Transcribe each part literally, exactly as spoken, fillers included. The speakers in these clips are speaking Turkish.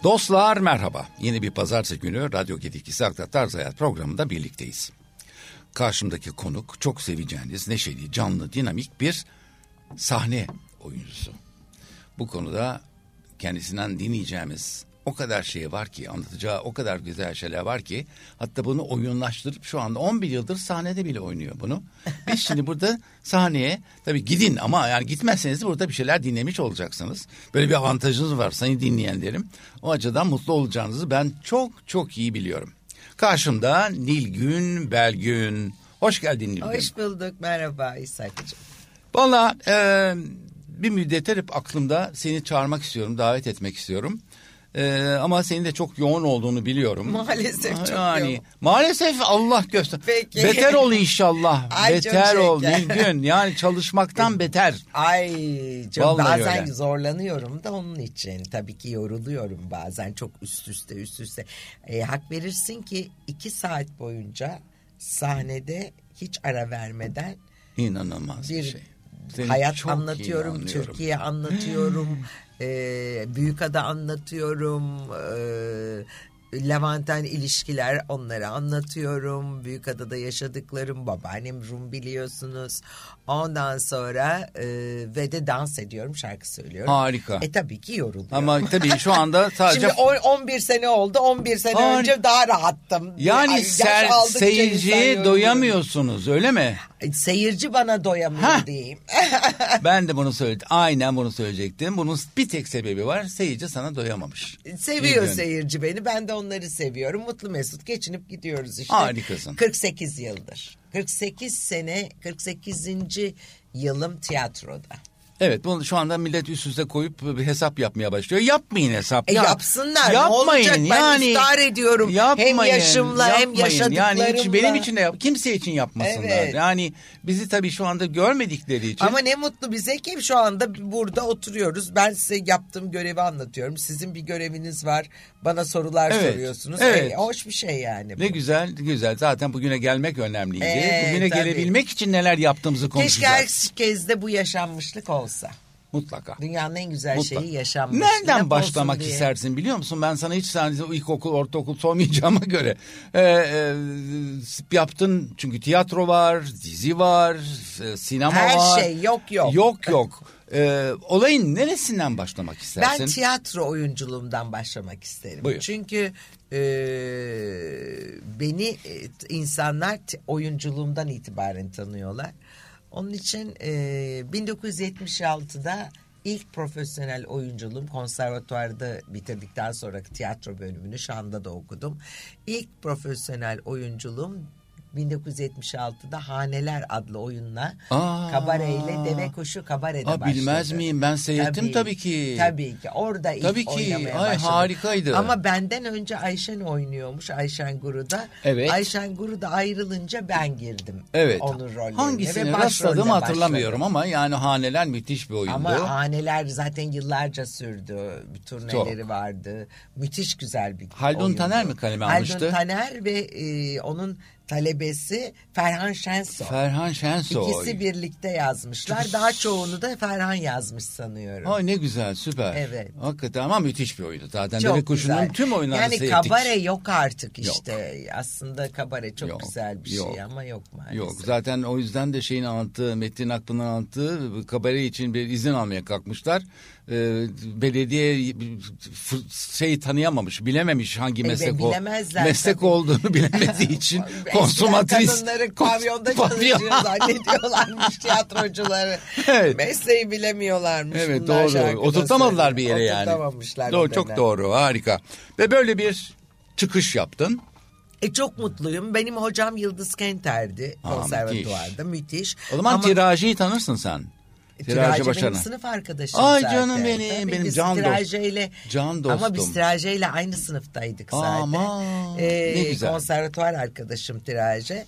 Dostlar merhaba. Yeni bir pazartesi günü Radyo Gedik İsak'ta Tarz Hayat programında birlikteyiz. Karşımdaki konuk çok seveceğiniz, neşeli, canlı, dinamik bir sahne oyuncusu. Bu konuda kendisinden dinleyeceğimiz o kadar şey var ki, anlatacağı o kadar güzel şeyler var ki, hatta bunu oyunlaştırıp şu anda on bir yıldır sahnede bile oynuyor bunu. Biz şimdi burada sahneye tabii gidin ama yani gitmezseniz de burada bir şeyler dinlemiş olacaksınız. Böyle bir avantajınız var sayın dinleyenlerim. O açıdan mutlu olacağınızı ben çok çok iyi biliyorum. Karşımda Nilgün Belgün. Hoş geldin Nilgün. Hoş bulduk, merhaba İshak'cığım. Valla e, bir müddettir hep aklımda seni çağırmak istiyorum, davet etmek istiyorum. Ee, ama senin de çok yoğun olduğunu biliyorum. Maalesef çok yani, yoğun. Maalesef Allah göster. Peki. Beter ol inşallah. Ay, beter ol şeker. Nilgün. Yani çalışmaktan beter. Ay çok Vallahi bazen öyle. zorlanıyorum da onun için. Tabii ki yoruluyorum bazen çok üst üste üst üste. E, hak verirsin ki iki saat boyunca sahnede hiç ara vermeden İnanılmaz bir, bir şey. Seni hayat çok iyi anlatıyorum, anlıyorum. Türkiye anlatıyorum, e, Büyükada anlatıyorum, e, Levanten ilişkiler onları anlatıyorum, Büyükada'da yaşadıklarım, babaannem Rum biliyorsunuz. Ondan sonra e, ve de dans ediyorum, şarkı söylüyorum. Harika. E tabii ki yoruluyorum. Ama tabii şu anda sadece... Şimdi on bir sene oldu, on bir sene Harika. önce daha rahattım. Yani Ay, yaş ser, aldıkça insan seyirciye yoruluyor. doyamıyorsunuz öyle mi? Seyirci bana doyamıyor Hah. diyeyim. Ben de bunu söyledim. Aynen bunu söyleyecektim. Bunun bir tek sebebi var. Seyirci sana doyamamış. Seviyor Nilgün. seyirci beni. Ben de onları seviyorum. Mutlu mesut geçinip gidiyoruz işte. Harikasın. kırk sekiz yıldır. kırk sekiz sene, kırk sekizinci yılım tiyatroda. Evet, bunu şu anda millet üst üste koyup bir hesap yapmaya başlıyor. Yapmayın hesap. E Ya- yapsınlar. Yapmayın. Ne olacak? Ben yani, iftar ediyorum. yapmayın, hem yaşımla yapmayın. hem yaşadıklarımla. Yani hiç benim için de yap, kimse için yapmasınlar. Evet. Yani bizi tabii şu anda görmedikleri için. Ama ne mutlu bize ki şu anda burada oturuyoruz. Ben size yaptığım görevi anlatıyorum. Sizin bir göreviniz var. Bana sorular Evet, soruyorsunuz. evet. E, hoş bir şey yani bu. Ne güzel, güzel. Zaten bugüne gelmek önemliydi. Ee, bugüne tabii. gelebilmek için neler yaptığımızı Keşke konuşacağız. herkes de bu yaşanmışlık olsa. Mutlaka. Dünyanın en güzel Mutlaka. şeyi yaşanmış. Nereden Laf başlamak olsun diye. istersin biliyor musun? Ben sana hiç sadece ilkokul, ortaokul sormayacağıma göre. Ee, e, yaptın çünkü tiyatro var, dizi var, e, sinema Her var. şey yok yok. Yok yok. Ee, olayın neresinden başlamak istersin? Ben tiyatro oyunculuğumdan başlamak isterim. Buyur. Çünkü e, beni e, insanlar t- oyunculuğumdan itibaren tanıyorlar. Onun için e, bin dokuz yüz yetmiş altıda ilk profesyonel oyunculuğum konservatuvarda bitirdikten sonra tiyatro bölümünü Şan'da da okudum. İlk profesyonel oyunculuğum bin dokuz yüz yetmiş altıda Haneler adlı oyunla Aa. kabareyle Deve Kuşu kabarede Aa, başladı. bilmez miyim? Ben seyrettim tabii ki. Tabii ki. Orada ilk Tabii ki. oynamaya Ay, başladım. harikaydı. Ama benden önce Ayşen oynuyormuş. Ayşen Guru'da. Evet. Ayşen Guru'da ayrılınca ben girdim. Evet. Onun rollerine. Hangisini ve başrolle rastladığımı hatırlamıyorum başladım. ama yani Haneler müthiş bir oyundu. Ama Haneler zaten yıllarca sürdü. Bir turneleri Çok. vardı. Müthiş güzel bir Haldun oyundu. Taner mi kaleme almıştı? Haldun Taner ve e, onun talebesi Ferhan Şensoy. Ferhan Şensoy. İkisi birlikte yazmışlar. Daha çoğunu da Ferhan yazmış sanıyorum. Ay ne güzel, süper. Evet. Hakikaten ama müthiş bir oyundu. Zaten Çok Deve Kuşu'nun güzel. tüm oyunlarını yani seyrettik. kabare yok artık işte. Aslında kabare çok Yok, güzel bir yok. şey ama yok maalesef. Yok, zaten o yüzden de şeyin anlattığı, Metin Akpınar'ın anlattığı kabare için bir izin almaya kalkmışlar. Ee, belediye f- şey tanıyamamış, bilememiş hangi E, meslek o bilemezler meslek tabii. olduğunu bilemediği için Eskiden konsumatris kadınları kons- pavyonda pavyon- çalışıyor zannediyorlarmış tiyatrocuları. Evet. Mesleği bilemiyorlarmış. Evet, bunlar doğru. şarkıda Oturtamadılar söylüyor. bir yere yani. Oturtamamışlar. Doğru, o çok dönem. doğru, harika. Ve böyle bir çıkış yaptın. E çok mutluyum. Benim hocam Yıldız Kenter'di Aa, konservatuvarda. Müthiş. O zaman Ama Tiraji'yi tanırsın sen. Tiracı Başarı. benim sınıf arkadaşım Ay zaten. canım benim, Tabii benim biz can dost- Tiraje'yle- can dostum. Ama biz Tiraje'yle aynı sınıftaydık zaten. Aman, Ee, ne güzel. Konservatuvar arkadaşım Tiraje.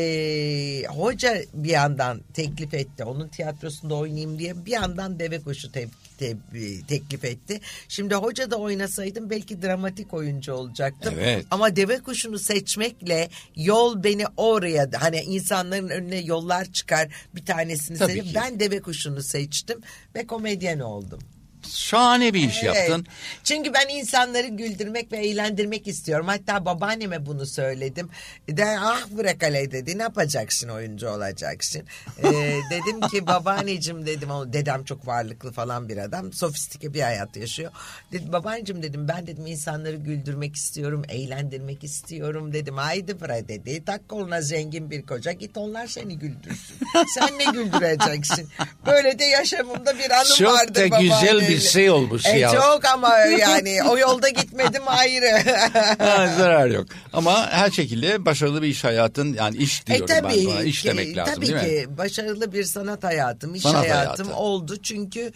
Ee, hoca bir yandan teklif etti. Onun tiyatrosunda oynayayım diye bir yandan Deve Kuşu te- te- teklif etti. Şimdi hoca da oynasaydım belki dramatik oyuncu olacaktım. Evet. Ama Deve Kuşu'nu seçmekle yol beni oraya, hani insanların önüne yollar çıkar, bir tanesini Tabii seçip ki. ben Deve Kuşu'nu seçtim ve komedyen oldum. Şahane bir iş Evet. yaptın. Çünkü ben insanları güldürmek ve eğlendirmek istiyorum. Hatta babaanneme bunu söyledim. De ah bırak hele dedi, ne yapacaksın, oyuncu olacaksın. Ee, dedim ki babaanneciğim dedim, o dedem çok varlıklı falan bir adam. Sofistike bir hayat yaşıyor. Dedim babaanneciğim dedim, ben dedim insanları güldürmek istiyorum, eğlendirmek istiyorum dedim. Haydi bre dedi, tak koluna zengin bir koca, git onlar seni güldürsün. Sen ne güldüreceksin? Böyle de yaşamımda bir anım Çok vardır da babaanneyle. güzel bir şey olmuş E, ya. çok ama yani o yolda gitmedim ayrı. Ha, zarar yok. Ama her şekilde başarılı bir iş hayatın, yani iş E diyorum tabii ben buna, iş ki, demek lazım tabii değil mi? ki başarılı bir sanat hayatım, iş Sanat hayatım hayatı. oldu. Çünkü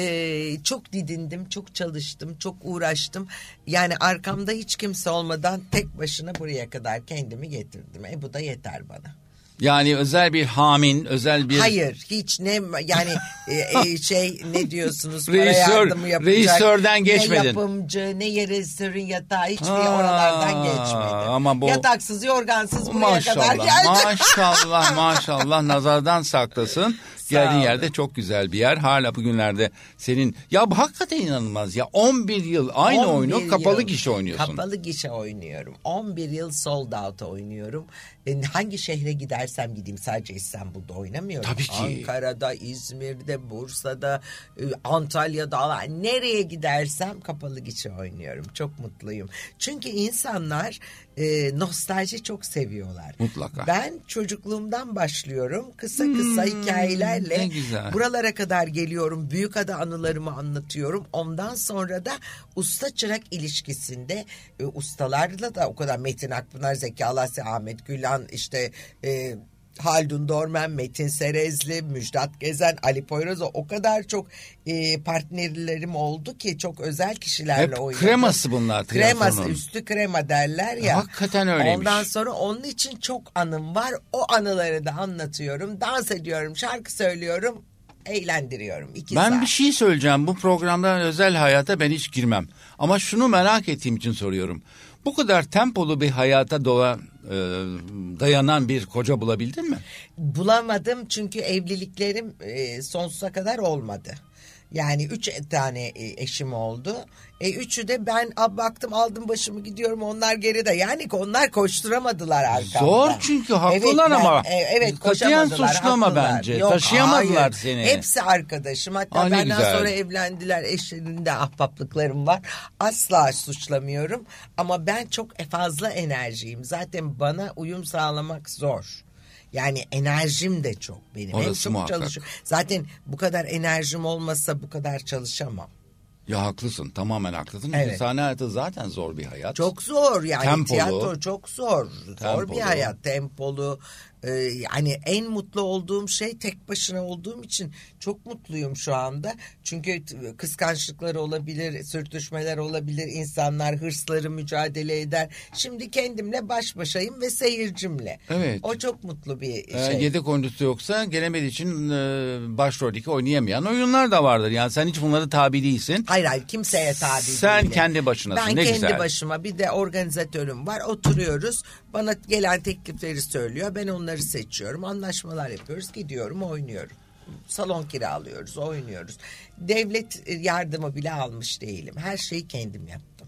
e, çok didindim, çok çalıştım, çok uğraştım. Yani arkamda hiç kimse olmadan tek başına buraya kadar kendimi getirdim. E bu da yeter bana. Yani özel bir hamin, özel bir... Hayır, hiç ne yani e, e, şey ne diyorsunuz, para Rejisör- yardımı yapacak. rejisörden geçmedin. Ne yapımcı, ne rejisörün yatağı, hiçbir Ha, oralardan geçmedi. ama bu- Yataksız, yorgansız buraya Maşallah, kadar geldim. maşallah, maşallah, nazardan saklasın. Geldiğin olun. yerde çok güzel bir yer. Hala bugünlerde senin... Ya bu hakikaten inanılmaz ya. on bir yıl aynı on oyunu bir kapalı yıl gişe oynuyorsun. Kapalı gişe oynuyorum. on bir yıl sold out oynuyorum. E, hangi şehre gidersem gideyim, sadece İstanbul'da oynamıyorum. Tabii ki. Ankara'da, İzmir'de, Bursa'da, e, Antalya'da, nereye gidersem kapalı gişe oynuyorum. Çok mutluyum. Çünkü insanlar e, nostalji çok seviyorlar. Mutlaka. Ben çocukluğumdan başlıyorum. Kısa kısa hmm, hikayelerle ne güzel. buralara kadar geliyorum. Büyükada anılarımı anlatıyorum. Ondan sonra da usta çırak ilişkisinde e, ustalarla da o kadar, Metin Akpınar, Zeki Alasya, Ahmet Gülan, işte e, Haldun Dormen, Metin Serezli, Müjdat Gezen, Ali Poyraz'a o kadar çok e, partnerlerim oldu ki, çok özel kişilerle Hep oynadım. kreması bunlar. Kreması, tiyatronun. üstü krema derler ya. Hakikaten öyleymiş. Ondan sonra onun için çok anım var. O anıları da anlatıyorum. Dans ediyorum, şarkı söylüyorum, eğlendiriyorum. İki Ben saat. bir şey söyleyeceğim. Bu programda özel hayata ben hiç girmem. Ama şunu merak ettiğim için soruyorum. Bu kadar tempolu bir hayata doğa, e, dayanan bir koca bulabildin mi? Bulamadım çünkü evliliklerim e, sonsuza kadar olmadı. Yani üç tane e, eşim oldu. E, üçü de ben a, baktım, aldım başımı gidiyorum, onlar geride. Yani onlar koşturamadılar arkamda. Zor çünkü, haklılar evet, ama. Ben, e, evet, katiyen koşamadılar, suçlama haklılar. bence. Yok, Taşıyamadılar hayır. seni. Hepsi arkadaşım. Hatta Aa, ne benden güzel. sonra evlendiler. Eşlerinde ahbaplıklarım var. Asla suçlamıyorum. Ama ben çok fazla enerjiyim. Zaten bana uyum sağlamak zor. Yani enerjim de çok benim. Orası Hem çok muhakkak. çalışıyorum. Zaten bu kadar enerjim olmasa bu kadar çalışamam. Ya haklısın, tamamen haklısın. Evet. Sahne hayatı zaten zor bir hayat. Çok zor yani, Tempolu. tiyatro çok zor. Zor Tempolu. bir hayat, tempolu. Ee, yani en mutlu olduğum şey, tek başına olduğum için çok mutluyum şu anda. Çünkü kıskançlıklar olabilir, sürtüşmeler olabilir, insanlar hırsları mücadele eder. Şimdi kendimle baş başayım ve seyircimle. Evet. O çok mutlu bir Ee, şey. yedek oyuncusu yoksa gelemediği için e, başroldeki oynayamayan oyunlar da vardır. Yani sen hiç bunlara tabi değilsin. Hayır hayır, kimseye tabi Sen değilim. kendi başınasın, Ben ne kendi güzel. başıma, bir de organizatörüm var, oturuyoruz. Bana gelen teklifleri söylüyor, ben onları seçiyorum, anlaşmalar yapıyoruz, gidiyorum, oynuyorum. Salon kiralıyoruz, oynuyoruz. Devlet yardımı bile almış değilim, her şeyi kendim yaptım.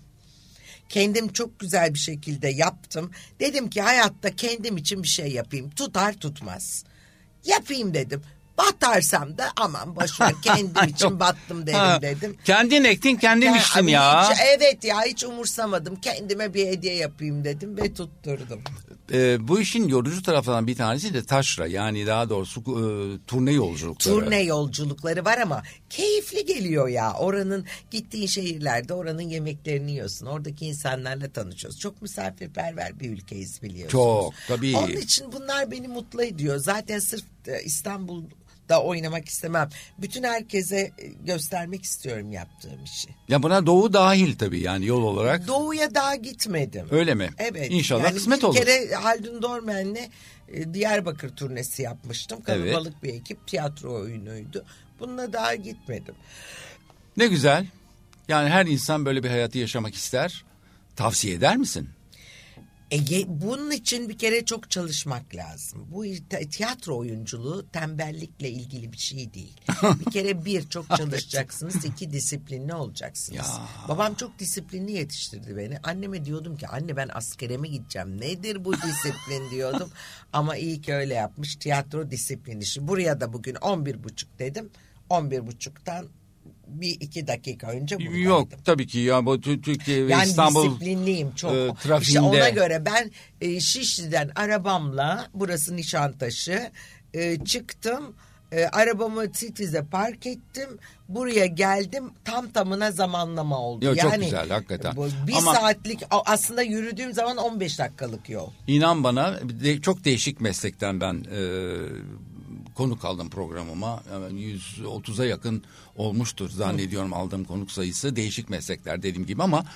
Kendim çok güzel bir şekilde yaptım. Dedim ki hayatta kendim için bir şey yapayım, tutar tutmaz. Yapayım dedim. Batarsam da aman boşver, kendim için battım derim Ha, dedim. Kendin ektin, kendin Ya, biçtin abi ya. hiç- evet ya, hiç umursamadım. Kendime bir hediye yapayım dedim ve tutturdum. Ee, bu işin yorucu tarafından bir tanesi de taşra. Yani daha doğrusu e, turne yolculukları. Turne yolculukları var ama keyifli geliyor ya. Oranın, gittiğin şehirlerde oranın yemeklerini yiyorsun. Oradaki insanlarla tanışıyorsun. Çok misafirperver bir ülkeyiz, biliyorsunuz. Çok, tabii. Onun için bunlar beni mutlu ediyor. Zaten sırf e, İstanbul da oynamak istemem. Bütün herkese e, göstermek istiyorum yaptığım işi. Ya buna doğu dahil tabii, yani yol olarak. Doğuya daha gitmedim. Öyle mi? Evet. İnşallah yani kısmet bir olur. Bir kere Haldun Dormen'le e, Diyarbakır turnesi yapmıştım. Kalabalık Evet. bir ekip, tiyatro oyunuydu. Bununla daha gitmedim. Ne güzel. Yani her insan böyle bir hayatı yaşamak ister. Tavsiye eder misin? Ege, bunun için bir kere çok çalışmak lazım. Bu tiyatro oyunculuğu tembellikle ilgili bir şey değil. Bir kere bir çok çalışacaksınız, iki disiplinli olacaksınız. Ya. Babam çok disiplinli yetiştirdi beni. Anneme diyordum ki anne ben askere mi gideceğim? Nedir bu disiplin diyordum. Ama iyi ki öyle yapmış. Tiyatro disiplin işi. Buraya da bugün on bir buçuk dedim. on bir buçuktan bir iki dakika önce buradaydım. Yok tabii ki ya bu Türkiye ve yani İstanbul disiplinliyim çok. E, trafiğinde. İşte ona göre ben e, Şişli'den arabamla, burası Nişantaşı, e, çıktım. E, arabamı Titiz'e park ettim. Buraya geldim. Tam tamına zamanlama oldu. Yok, yani, çok güzel hakikaten. Bir Ama saatlik aslında yürüdüğüm zaman on beş dakikalık yol. İnan bana de, çok değişik meslekten ben e, konuk aldım programıma. Yani yüz otuza yakın olmuştur zannediyorum aldığım konuk sayısı. Değişik meslekler dediğim gibi ama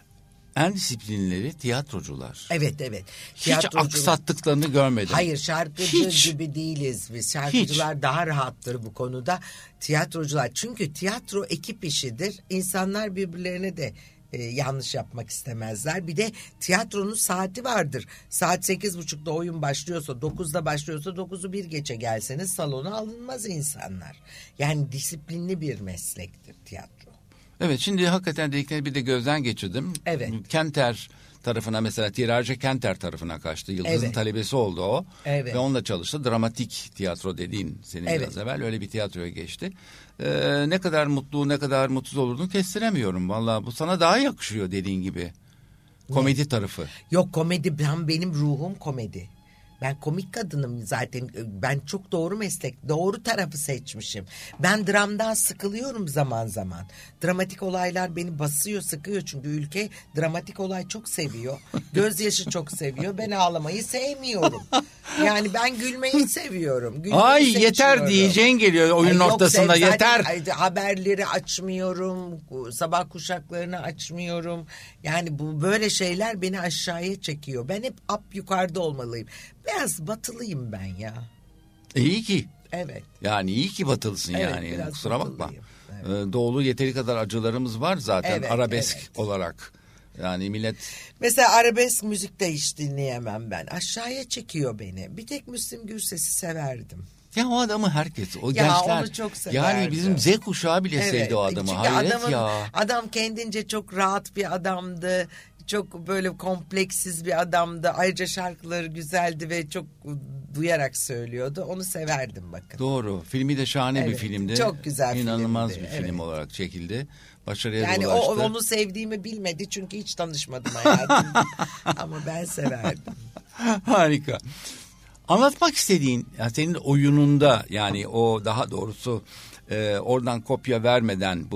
en disiplinleri tiyatrocular. Evet evet. Hiç aksattıklarını görmedim. Hayır, şarkıcı Hiç. gibi değiliz biz. Şarkıcılar Hiç. daha rahattır bu konuda. Tiyatrocular, çünkü tiyatro ekip işidir. İnsanlar birbirlerine de e, yanlış yapmak istemezler. Bir de tiyatronun saati vardır. Saat sekiz buçukta oyun başlıyorsa, dokuzda başlıyorsa dokuzu bir geçe gelseniz salona alınmaz insanlar. Yani disiplinli bir meslektir tiyatro. Evet, şimdi hakikaten dediklerini bir de gözden geçirdim. Evet. Kenter tarafına, mesela Tirarcı Kenter tarafına kaçtı. Yıldız'ın evet. talebesi oldu o. Evet. Ve onunla çalıştı. Dramatik tiyatro dediğin senin evet. biraz evvel öyle bir tiyatroya geçti. Ee, ne kadar mutlu, ne kadar mutsuz olurdun kestiremiyorum. Vallahi bu sana daha yakışıyor dediğin gibi. Komedi ne? tarafı. Yok, komedi, ben, benim ruhum komedi. Ben komik kadınım zaten. Ben çok doğru meslek, doğru tarafı seçmişim. Ben dramdan sıkılıyorum zaman zaman. Dramatik olaylar beni basıyor, sıkıyor, çünkü ülke dramatik olay çok seviyor. Gözyaşı çok seviyor. Ben ağlamayı sevmiyorum. Yani ben gülmeyi seviyorum. Gülmeyi Ay seçiyorum. Yeter diyeceğin geliyor oyunun Ay, ortasında yok, yeter. Haberleri açmıyorum, sabah kuşaklarını açmıyorum. Yani bu böyle şeyler beni aşağıya çekiyor. Ben hep up yukarıda olmalıyım. Biraz batılıyım ben ya. İyi ki. Evet. Yani iyi ki batılısın evet, yani. Kusura bakma. Evet. Ee, doğulu yeteri kadar acılarımız var zaten evet, arabesk evet. olarak. Yani millet... Mesela arabesk müzik de hiç dinleyemem ben. Aşağıya çekiyor beni. Bir tek Müslüm Gürses'i severdim. Ya o adamı herkes, o ya gençler. Onu çok severdim. Yani bizim Z kuşağı bile evet, sevdi o adamı. Hayret adamın, ya. Adam kendince çok rahat bir adamdı. Çok böyle kompleksiz bir adamdı. Ayrıca şarkıları güzeldi ve çok duyarak söylüyordu. Onu severdim bakın. Doğru. Filmi de şahane evet, bir filmdi. Çok güzel İnanılmaz filmdi. bir film evet. olarak çekildi. Başarıya yani ulaştı. Yani onu sevdiğimi bilmedi çünkü hiç tanışmadım hayatımda. Ama ben severdim. Harika. Anlatmak istediğin, yani senin oyununda, yani o daha doğrusu e, oradan kopya vermeden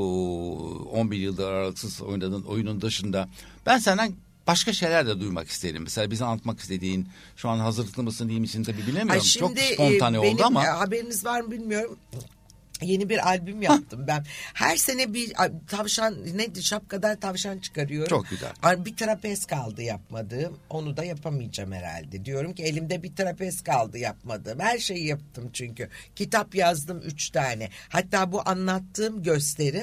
bu on bir yıldır aralıksız oynadığın oyunun dışında ben senden başka şeyler de duymak isterim. Mesela bize anlatmak istediğin, şu an hazırlıklı mısın değil misin tabii bilemiyorum. Ay şimdi, çok spontane e, oldu ama. Haberiniz var mı bilmiyorum. Yeni bir albüm yaptım ben. Her sene bir tavşan, ne şapkadan tavşan çıkarıyorum. Çok güzel. Bir trapez kaldı yapmadığım. Onu da yapamayacağım herhalde. Diyorum ki elimde bir trapez kaldı yapmadığım. Her şeyi yaptım çünkü. Kitap yazdım üç tane. Hatta bu anlattığım gösterim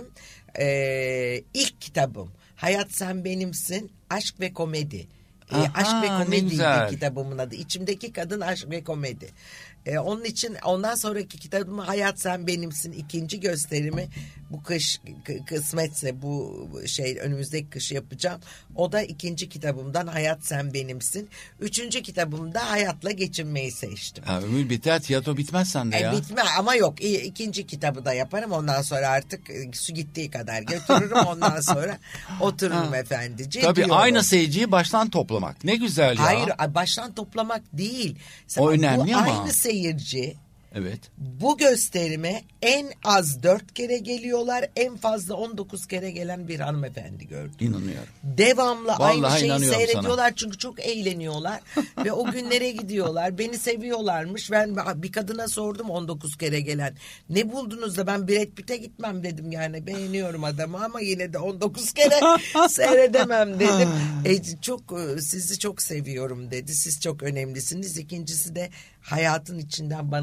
e, ilk kitabım. Hayat Sen Benimsin, Aşk ve Komedi. Aha, e, Aşk ve Komedi'ydi kitabımın adı. İçimdeki Kadın, Aşk ve Komedi. Ee, onun için ondan sonraki kitabımı Hayat Sen Benimsin ikinci gösterimi bu kış k- kısmetse bu şey önümüzdeki kış yapacağım. O da ikinci kitabımdan Hayat Sen Benimsin. Üçüncü kitabımda hayatla geçinmeyi seçtim. Ha, ömür biter, tiyatro bitmez sende e, ya. Bitme ama yok, ikinci kitabı da yaparım. Ondan sonra artık su gittiği kadar götürürüm. Ondan sonra otururum efendice. Tabii diyorum. Aynı seyirciyi baştan toplamak. Ne güzel ya. Hayır, baştan toplamak değil. Sen, o önemli bu ama. Aynı seyirci evet. bu gösterime en az dört kere geliyorlar, en fazla on dokuz kere gelen bir hanımefendi gördüm. İnanıyorum. Devamlı Vallahi aynı şeyi seyrediyorlar sana. Çünkü çok eğleniyorlar ve o günlere gidiyorlar. Beni seviyorlarmış. Ben bir kadına sordum on dokuz kere gelen. Ne buldunuz da ben Brad Pitt'e gitmem dedim yani. Beğeniyorum adamı ama yine de on dokuz kere seyredemem dedim. E, çok sizi çok seviyorum dedi. Siz çok önemlisiniz. İkincisi de hayatın içinden bana da dokunuyorsunuz.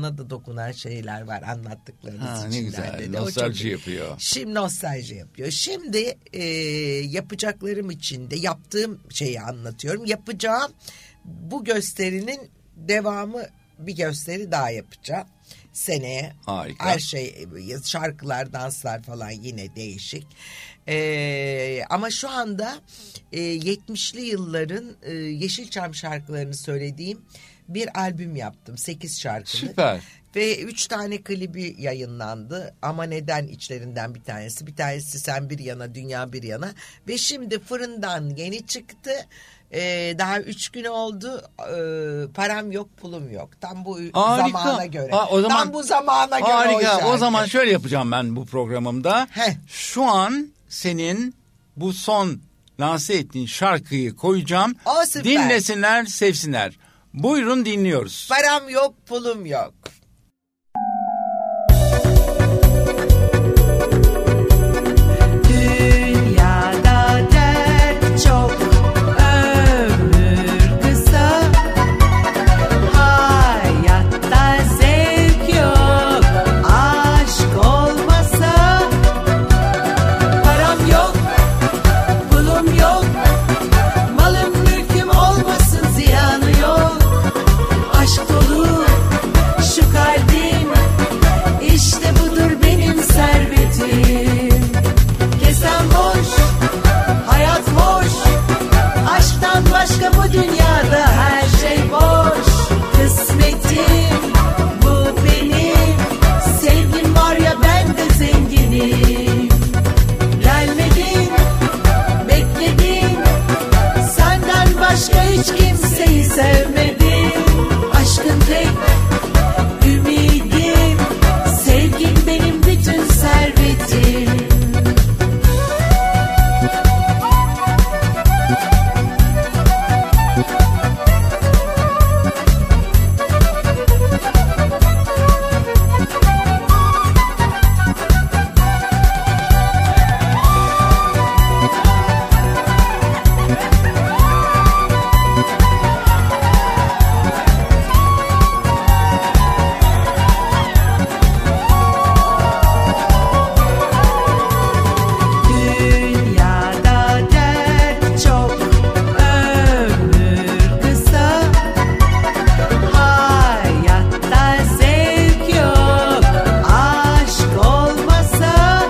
dokunan şeyler var anlattıklarınız ha, için. Ne güzel, dedi. nostalji yapıyor. Şimdi nostalji yapıyor. Şimdi e, yapacaklarım için de yaptığım şeyi anlatıyorum. Yapacağım bu gösterinin devamı, bir gösteri daha yapacağım seneye. Harika. Her şey, şarkılar, danslar falan yine değişik. Ee, ama şu anda e, yetmişli yılların e, Yeşilçam şarkılarını söylediğim bir albüm yaptım. sekiz şarkılı. Süper. Ve üç tane klibi yayınlandı. Ama neden içlerinden bir tanesi. Bir tanesi Sen Bir Yana, Dünya Bir Yana. Ve şimdi fırından yeni çıktı. Ee, daha üç gün oldu. Ee, param yok, pulum yok. Tam bu Harika. zamana göre. Ha, o zaman, Tam bu zamana göre. harika. O, o zaman şöyle yapacağım ben bu programımda. Heh. Şu an senin bu son lanse ettiğin şarkıyı koyacağım. O süper. Dinlesinler, sevsinler. Buyurun, dinliyoruz. Param yok, pulum yok. Dünyada dert çok, ömür kısa, hayatta zevk yok, aşk olmasa. Param yok, pulum yok, malım mülküm olmasın, ziyanı yok. Aşk dolu şu kalbim, işte budur benim servetim. Kesem boş, hayat hoş, aşktan başka bu dünyada her şey boş. Kısmetim bu benim, sevgim var ya ben de zenginim. Gelmedin, bekledin, senden başka hiç kimseyi sevmedim. Aşkın tek ümidim, sevgin benim bütün servetim. Dünyada dert çok, ömür kısa, hayatta zevk yok, aşk olmasa.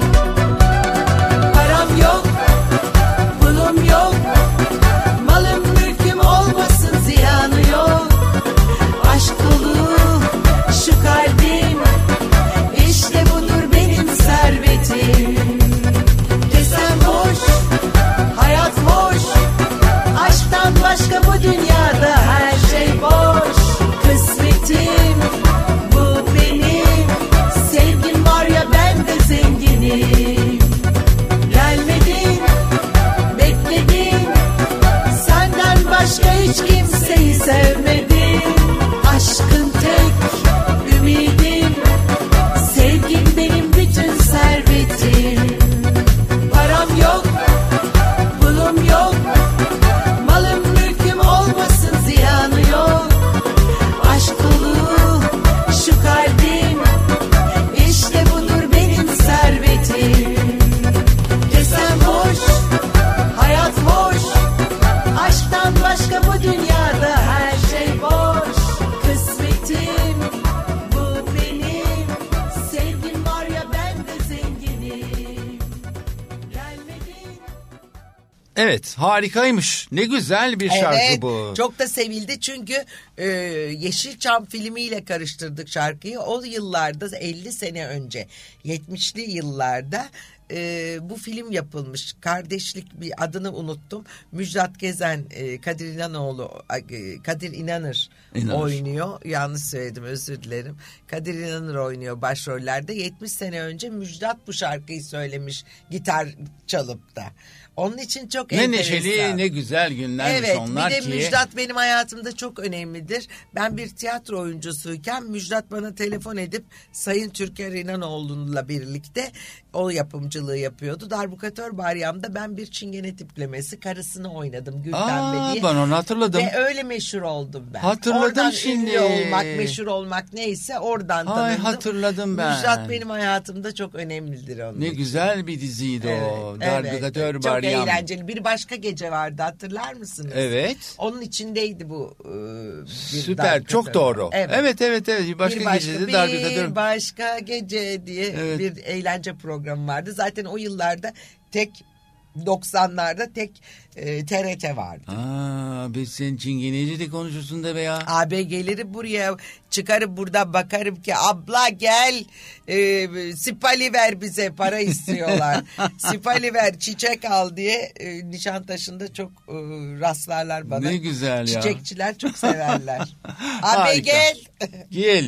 Param yok, pulum yok, malım mülküm olmasın, ziyanı yok. Aşk dolu şu kalbim, işte budur benim servetim. Kesem boş, hayat hoş, aşktan başka bu dünyada her şey boş. Kısmetim bu benim, sevgim var ya ben de zenginim. Gelmedin, bekledin, senden başka hiç kimseyi sevmedim. Aşkın tek ümidim, sevgin benim bütün servetim. Param yok, pulum yok, malım mülküm olmasın, ziyanı yok. Aşk dolu şu kalbim, işte budur benim servetim. Kesem boş, hayat hoş, aşktan başka bu dünyada her şey boş. Kısmetim bu benim, sevgim var ya ben de zenginim. Gelmedin. Evet, harikaymış. Ne güzel bir şarkı Evet, bu. çok da sevildi çünkü e, Yeşilçam filmiyle karıştırdık şarkıyı. O yıllarda, elli sene önce, yetmişli yıllarda e, bu film yapılmış. Kardeşlik, bir adını unuttum. Müjdat Gezen, e, Kadir İnanoğlu, e, Kadir İnanır, İnanır. oynuyor. Yanlış söyledim, özür dilerim. Kadir İnanır oynuyor başrollerde. yetmiş sene önce Müjdat bu şarkıyı söylemiş gitar çalıp da. Onun için çok Ne enteresan. neşeli, ne güzel günlermiş Evet, onlar bir de ki. Müjdat benim hayatımda çok önemli senedir ben bir tiyatro oyuncusuyken Müjdat bana telefon edip Sayın Türker İnanoğlu'yla birlikte o yapımcılığı yapıyordu. Darbukatör Baryam'da ben bir çingene tiplemesi karısını oynadım Gülpembe diye. Ben onu hatırladım. Ve öyle meşhur oldum ben. Hatırladım oradan şimdi. ünlü olmak, meşhur olmak neyse oradan tanındım. Ay hatırladım ben. Müjdat benim hayatımda çok önemlidir onun Ne için. güzel bir diziydi Evet, o. evet. Darbukatör Çok Baryam. eğlenceli. Bir başka gece vardı, hatırlar mısınız? Evet. Onun içindeydi bu. E, bir Süper, darbukatör. çok doğru. Evet, evet, evet. evet. Bir başka, bir başka gecede bir Darbukatör. başka gece diye Evet. bir eğlence programı vardı. Zaten o yıllarda tek doksanlarda tek e, T R T vardı. Aa, biz sen çingeneci de konuşursun da be ya. A B G'leri buraya çıkarıp burada bakarım ki abla gel e, sipali ver bize, para istiyorlar. Sipali ver, çiçek al diye e, Nişantaşı'nda çok e, rastlarlar bana. Ne güzel ya. Çiçekçiler çok severler. A B Harika. gel. Gel.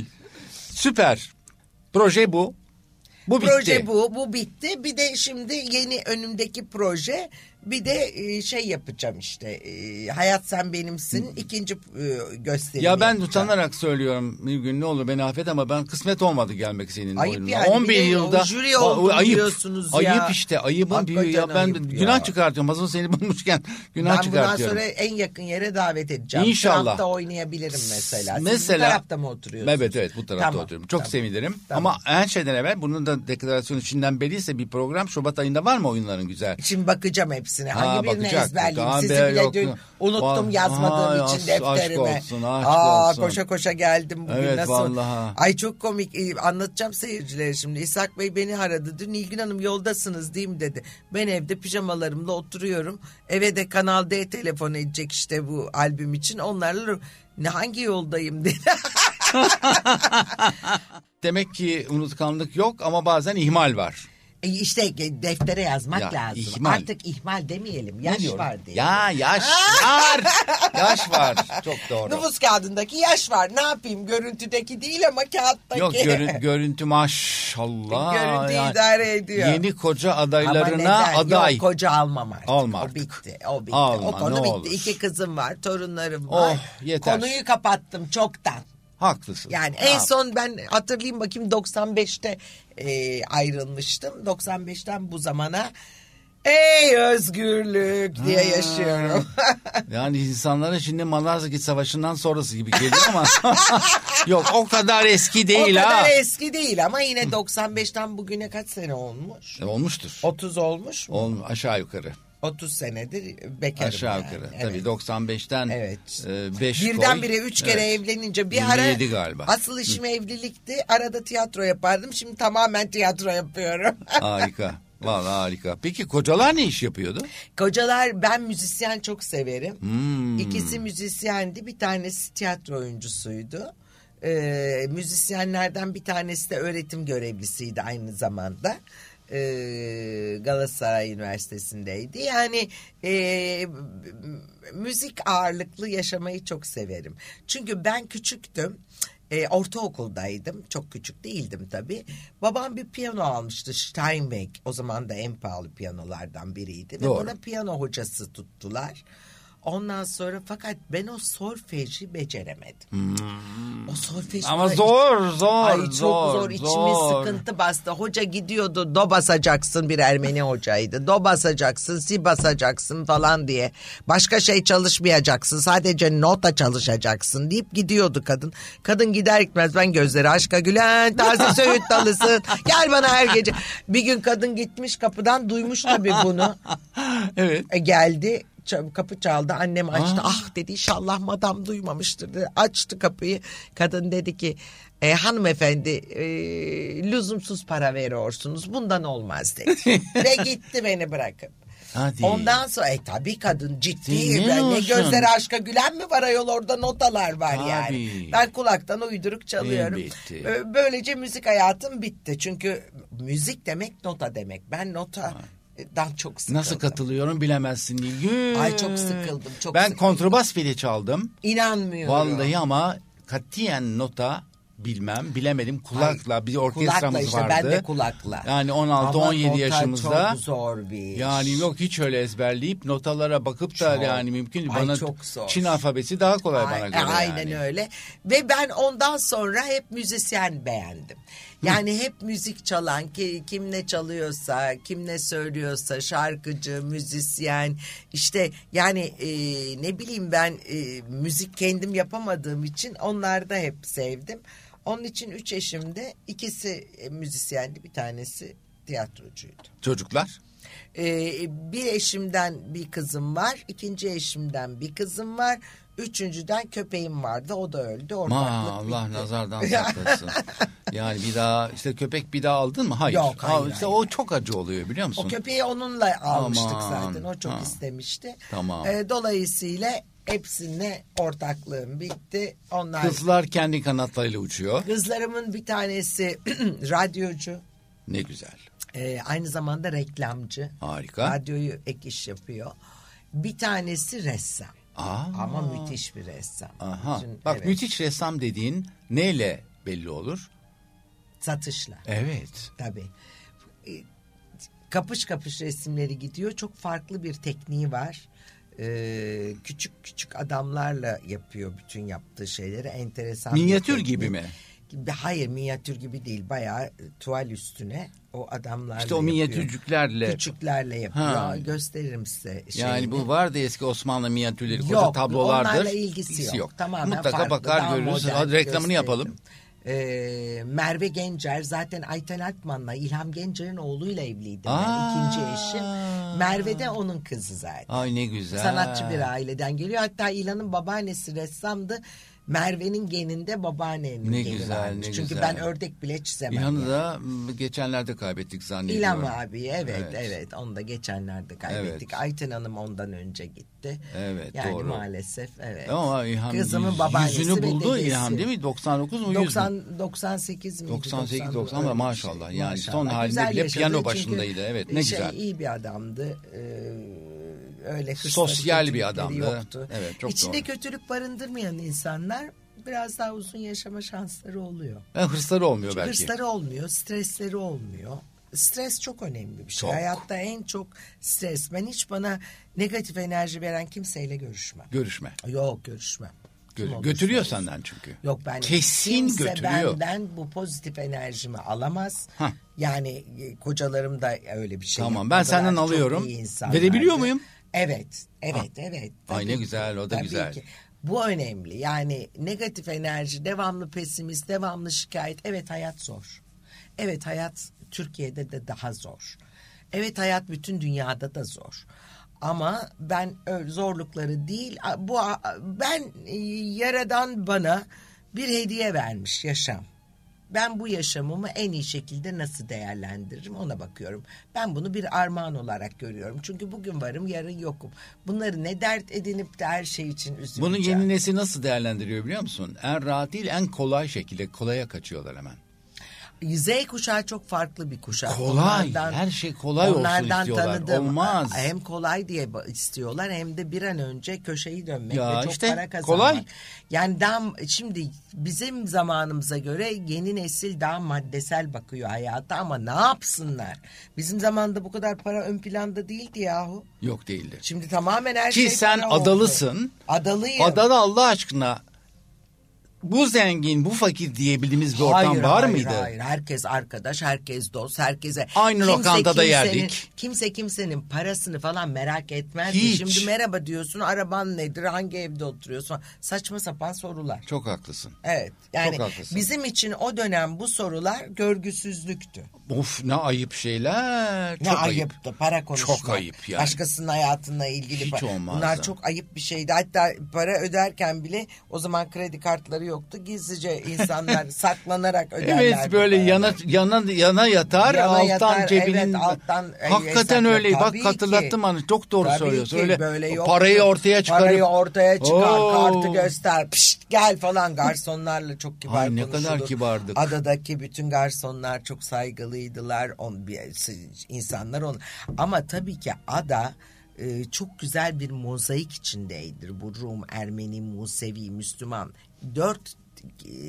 Süper. Proje bu. Bu bitti. Proje bu, bu bitti. Bir de şimdi yeni önümdeki proje, bir de e, şey yapacağım işte. E, Hayat Sen Benimsin ikinci e, gösterimi Ya ben yapacağım. utanarak söylüyorum bir gün, ne olur beni affet ama ben kısmet olmadı gelmek senin Ayıp oyununa. yani, on bir bir de yılda o jüri oldun ayıp, diyorsunuz ya. ayıp işte, ayıbın büyüğü ya. Ben Hakikaten ayıp günah ya. çıkartıyorum. Hazır seni bulmuşken günah Ben bundan çıkartıyorum. sonra en yakın yere davet edeceğim. İnşallah. Bu tarafta oynayabilirim mesela. Siz Mesela, bu tarafta mı oturuyorsunuz? Evet evet bu tarafta Tamam, oturuyorum. Çok tamam. sevinirim. Tamam. Ama her şeyden evvel bunun da deklarasyonu içinden belliyse bir program Şubat ayında var mı oyunların güzel? Şimdi bakacağım hepsine. Ha, Hangi birini bakacak. ezberleyeyim? Tamam, Sizi be, bile yok. dün unuttum Ay, yazmadığım aşk için defterime. olsun, aşk Aa, olsun. koşa koşa geldim bugün. Evet, nasıl? vallahi. Ay çok komik. Ee, anlatacağım seyircilere şimdi. İshak Bey beni aradı. Dün Nilgün Hanım yoldasınız değil mi dedi. Ben evde pijamalarımla oturuyorum. Eve de Kanal D telefon edecek işte bu albüm için. Onlarla ne hangi yoldayım dedi. Demek ki unutkanlık yok ama bazen ihmal var. E işte deftere yazmak Ya, lazım. ihmal. Artık ihmal demeyelim. Yaş diyorum? var diye. Ya yaş var. Yaş var. Çok doğru. Nüfus kağıdındaki yaş var. Ne yapayım? Görüntüdeki değil ama kağıttaki. Yok görün, görüntü maşallah. Görüntü Yani idare ediyor. Yeni koca Ama adaylarına neden? aday. Yok, koca almam artık. Alma O artık. bitti. O bitti. Alma, o konu ne bitti. olur. İki kızım var. Torunlarım var. Oh, yeter. Konuyu kapattım çoktan. Haklısın. Yani Ne en yap- son ben hatırlayayım bakayım doksan beşte e, ayrılmıştım. doksan beşten bu zamana ey özgürlük diye Ha. yaşıyorum. Yani insanlara şimdi Malazgirt Savaşı'ndan sonrası gibi geliyor ama yok o kadar eski değil o ha. kadar eski değil ama yine doksan beşten bugüne kaç sene olmuş? E, Olmuştur. otuz olmuş mu? Olm aşağı yukarı. otuz senedir bekarım. Aşağı yani. yukarı. Evet. Tabii doksan beşten Evet. e, beş Birdenbire üç kere Evet. evlenince bir yirmi ara yedi galiba. asıl işim evlilikti. Arada tiyatro yapardım. Şimdi tamamen tiyatro yapıyorum. Harika. Vallahi harika. Peki kocalar ne iş yapıyordu? Kocalar, ben müzisyen çok severim. Hmm. İkisi müzisyendi. Bir tanesi tiyatro oyuncusuydu. Ee, müzisyenlerden bir tanesi de öğretim görevlisiydi aynı zamanda. Ee, Galatasaray Üniversitesi'ndeydi. Yani e, müzik ağırlıklı yaşamayı çok severim. Çünkü ben küçüktüm. E, ortaokuldaydım. Çok küçük değildim tabii. Babam bir piyano almıştı. Steinway. O zaman da en pahalı piyanolardan biriydi. Ve Doğru. bana piyano hocası tuttular. Ondan sonra fakat ben o solfeji beceremedim. Hmm. O solfej Ama bana- zor zor Ay çok zor, zor içime zor. sıkıntı bastı. Hoca gidiyordu, do basacaksın, bir Ermeni hocaydı. Do basacaksın, si basacaksın falan diye. Başka şey çalışmayacaksın, sadece nota çalışacaksın deyip gidiyordu kadın. Kadın gider gitmez ben gözleri aşka gülen taze söğüt dalısın. Gel bana her gece. Bir gün kadın gitmiş kapıdan, duymuş tabii bunu. Evet. E, geldi. Ç- kapı çaldı, annem açtı. Aa. Ah dedi, inşallah madam duymamıştır dedi. Açtı kapıyı, kadın dedi ki e, hanımefendi e, lüzumsuz para veriyorsunuz, bundan olmaz dedi. Ve gitti beni bırakıp. Hadi. Ondan sonra e, tabii kadın ciddi, Ne ben, ne olsun? gözleri aşka gülen mi var ayol, orada notalar var Tabii. yani. Ben kulaktan uyduruk çalıyorum. Elbette. Ö- Böylece müzik hayatım bitti. Çünkü müzik demek nota demek. Ben nota dan çok sıkıldım. Nasıl katılıyorum bilemezsin Nilgün. Ay çok sıkıldım, çok ben sıkıldım. kontrabas bile çaldım. İnanmıyorum. Vallahi ama katiyen nota bilmem, bilemedim. Kulakla Hayır, bir orkestramız kulakla işte, vardı. Ben de kulakla. Yani on altı on yedi yaşımızda. Çok zor bir iş. Yani yok hiç öyle ezberleyip notalara bakıp da çok, yani mümkün değil. Bana çok zor. Çin alfabesi daha kolay Ay, bana göre. Aynen yani. öyle. Ve ben ondan sonra hep müzisyen beğendim. Yani hep müzik çalan, ki kim ne çalıyorsa, kim ne söylüyorsa, şarkıcı, müzisyen, işte yani e, ne bileyim ben e, müzik kendim yapamadığım için onları da hep sevdim. Onun için üç eşimde ikisi müzisyendi, bir tanesi tiyatrocuydu. Çocuklar? Ee, bir eşimden bir kızım var, ikinci eşimden bir kızım var, üçüncüden köpeğim vardı, o da öldü. Ma Allah nazardan saklasın. Yani bir daha işte köpek bir daha aldın mı? Hayır. Yok hayır. Al, işte hayır. O çok acı oluyor biliyor musun? O köpeği onunla almıştık Aman, zaten, o çok ha. istemişti. Tamam. Ee, dolayısıyla hepsine ortaklığım bitti. Onlar Kızlar kendi kanatlarıyla uçuyor. Kızlarımın bir tanesi radyocu. Ne güzel. Ee, aynı zamanda reklamcı. Harika. Radyoyu ek iş yapıyor. Bir tanesi ressam. Aa. Ama müthiş bir ressam. Aha. Bütün, Bak evet. Müthiş ressam dediğin neyle belli olur? Satışla. Evet. Tabii. Kapış kapış resimleri gidiyor. Çok farklı bir tekniği var. Ee, küçük küçük adamlarla yapıyor bütün yaptığı şeyleri. Enteresan. Minyatür gibi mi? Hayır, minyatür gibi değil, bayağı tuval üstüne o adamlarla İşte o minyatürcüklerle yapıyor. Küçüklerle yapıyor. Ha. Gösteririm size şeyini. Yani bu vardı eski Osmanlı minyatürleri, koca tablolardır. Yok, onlarla ilgisi, ilgisi yok. yok. Tamamen mutlaka farklı, bakar görürüz. Hadi reklamını yapalım. Ee, Merve Gencer zaten Ayten Alpman'la, İlham Gencer'in oğluyla evliydim ben, ikinci eşim. Merve de onun kızı zaten. Ay ne güzel. Sanatçı bir aileden geliyor. Hatta İlhan'ın babaannesi ressamdı. Merve'nin geninde babaannenin ne geni güzel, varmış. Ne Çünkü güzel. ben ördek bile çizemem. İlhan'ı yani. da geçenlerde kaybettik zannediyorum. İlham abi evet, evet evet onu da geçenlerde kaybettik. Evet. Ayten Hanım ondan önce gitti. Evet yani doğru. maalesef evet. Ama İlhan Kızımın yüz, babaannesi yüzünü buldu İlhan değil mi? doksan dokuz mu yüz mü? doksan sekiz miydi? doksan sekiz doksan ama maşallah. Şey. Yani maşallah. son halinde bile piyano başındaydı. Evet ne şey, güzel. İyi bir adamdı. Ee, öyle sosyal bir adamdı. Yoktu. Evet çok İçinde doğru. kötülük barındırmayan insanlar biraz daha uzun yaşama şansları oluyor. Yani hırsları olmuyor Çünkü belki. Hırsları olmuyor, stresleri olmuyor. Stres çok önemli bir şey. Çok. Hayatta en çok stres. Ben hiç bana negatif enerji veren kimseyle görüşmem. Görüşme. Yok görüşmem. Gö- götürüyor olsun. Senden çünkü. Yok ben kesin kimse götürüyor. benden bu pozitif enerjimi alamaz. Hah. Yani kocalarım da öyle bir şey. Tamam ben senden alıyorum. Verebiliyor muyum? Evet, evet, ha. evet. Ay ne güzel, o da güzel. Ki. Bu önemli. Yani negatif enerji, devamlı pesimist, devamlı şikayet. Evet hayat zor. Evet hayat Türkiye'de de daha zor. Evet hayat bütün dünyada da zor. Ama ben öyle zorlukları değil, bu ben Yaradan bana bir hediye vermiş, yaşam. Ben bu yaşamımı en iyi şekilde nasıl değerlendiririm ona bakıyorum. Ben bunu bir armağan olarak görüyorum. Çünkü bugün varım, yarın yokum. Bunları ne dert edinip de her şey için üzüleceğim. Bunu yeni nesil nasıl değerlendiriyor biliyor musun? En rahat değil, en kolay şekilde kolaya kaçıyorlar hemen. Z kuşağı çok farklı bir kuşak. Kolay, onlardan, her şey kolay olsun istiyorlar. Tanıdım. Olmaz. Hem kolay diye istiyorlar hem de bir an önce köşeyi dönmek ya ve çok işte, para kazanmak. Kolay. Yani daha şimdi bizim zamanımıza göre yeni nesil daha maddesel bakıyor hayata ama ne yapsınlar? Bizim zamanında bu kadar para ön planda değildi yahu. Yok değildi. Şimdi tamamen her Ki şey Ki sen adalısın. Oldu. Adalıyım. Adalı Allah aşkına. Bu zengin, bu fakir diyebildiğimiz bir ortam hayır, var hayır, mıydı? Hayır, herkes arkadaş, herkes dost, herkese. Aynı kimse lokantada yerdik. Kimse kimsenin parasını falan merak etmez. Hiç. Şimdi merhaba diyorsun, araban nedir, hangi evde oturuyorsun? Saçma sapan sorular. Çok haklısın. Evet, yani Çok haklısın. bizim için o dönem bu sorular görgüsüzlüktü. Of ne ayıp şeyler. Ne çok ayıptı ayıp. para konuşmak. Çok ayıp yani. Başkasının hayatına ilgili. Hiç olmazdı. Bunlar çok ayıp bir şeydi. Hatta para öderken bile o zaman kredi kartları yoktu. Gizlice insanlar saklanarak öderlerdi. Evet böyle yana, yana yana yatar yana alttan yatar, cebinin. Evet, alttan, hakikaten hesap, öyle. Bak ki. hatırlattın bana. Çok doğru tabii söylüyorsun. Ki, öyle böyle parayı ortaya çıkarıp. Parayı ortaya çıkar. Oo. Kartı göster. Pişt, gel falan garsonlarla çok kibar Ay, ne konuşulur. kadar kibardık. Adadaki bütün garsonlar çok saygılıydılar. On, bir, insanlar on. Ama tabii ki ada e, çok güzel bir mozaik içindeydir. Bu Rum, Ermeni, Musevi, Müslüman. Dört e,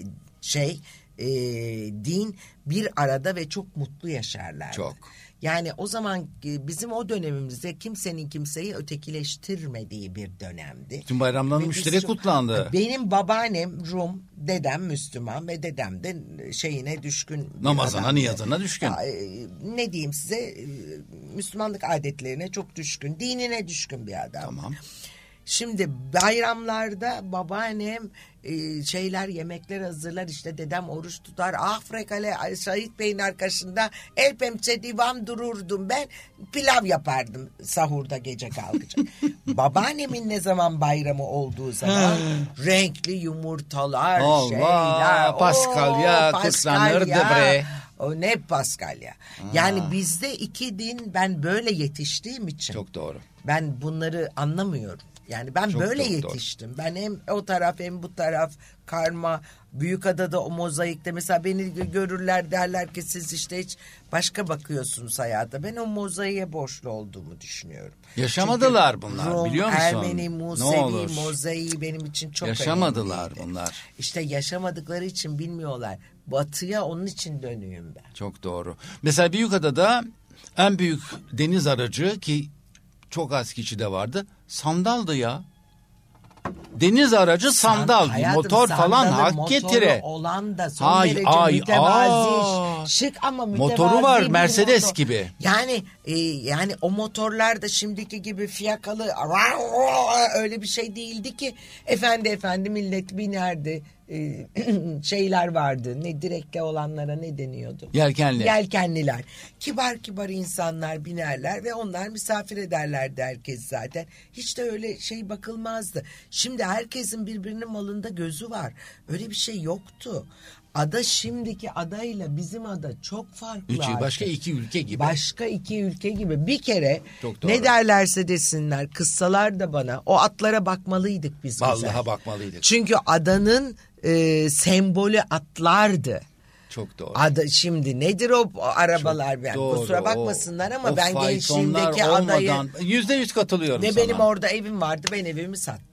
şey e, din bir arada ve çok mutlu yaşarlardı. Çok. Yani o zaman bizim o dönemimizde kimsenin kimseyi ötekileştirmediği bir dönemdi. Tüm bayramların Ve müşterek çok, kutlandı. Benim babaannem Rum, dedem Müslüman ve dedem de şeyine düşkün. Namazına, niyazına düşkün. Ya, ne diyeyim size, Müslümanlık adetlerine çok düşkün, dinine düşkün bir adam. Tamam. Şimdi bayramlarda babaannem e, şeyler yemekler hazırlar, işte dedem oruç tutar. Afrika'lı Şahit Bey'in arkasında el pençe divan dururdum, ben pilav yapardım sahurda gece kalkacak. Babaannemin ne zaman bayramı olduğu zaman renkli yumurtalar, Allah, şeyler. Paskalya, Oo, kutlanırdı bre. O ne Paskalya. Yani bizde iki din, ben böyle yetiştiğim için. Çok doğru. Ben bunları anlamıyorum. Yani ben Çok, böyle çok yetiştim. Doğru. Ben hem o taraf hem bu taraf karma. Büyükada'da o mozaikte mesela beni görürler, derler ki siz işte hiç başka bakıyorsunuz hayata. Ben o mozaiğe borçlu olduğumu düşünüyorum. Yaşamadılar Çünkü bunlar, Rum, biliyor musun? Ermeni, Ne Musevi, olur. mozaiği benim için çok Yaşamadılar önemliydi. bunlar. İşte yaşamadıkları için bilmiyorlar. Batıya onun için dönüyorum ben. Çok doğru. Mesela Büyükada'da en büyük deniz aracı, ki çok az kişi de vardı, sandaldı ya. Deniz aracı sandal, Hayatım, motor falan sandalı, hak motoru getire. olan da son Ay, derece ay, mütevazi, aa. şık ama mütevazi Motoru var, bir Mercedes motor. gibi. Yani e, yani o motorlar da şimdiki gibi fiyakalı öyle bir şey değildi ki. Efendi efendi millet binerdi. E, şeyler vardı. Ne direkle olanlara ne deniyordu? Yelkenli. Yelkenliler. Kibar kibar insanlar binerler ve onlar misafir ederlerdi herkes zaten. Hiç de öyle şey bakılmazdı. Şimdi herkesin birbirinin malında gözü var. Öyle bir şey yoktu. Ada şimdiki adayla bizim ada çok farklı. Üçü, artık. başka iki ülke gibi. Başka iki ülke gibi. Bir kere Çok doğru. ne derlerse desinler, kıssalar da bana, o atlara bakmalıydık biz. Vallahi güzel. bakmalıydık. Çünkü adanın e, sembolü atlardı. Çok doğru. Ada, şimdi nedir o arabalar? Yani Doğru, kusura o- bakmasınlar ama o ben faytonlar gençliğimdeki adayı olmadan yüzde yüz katılıyorum ve sana. benim orada evim vardı, ben evimi sattım.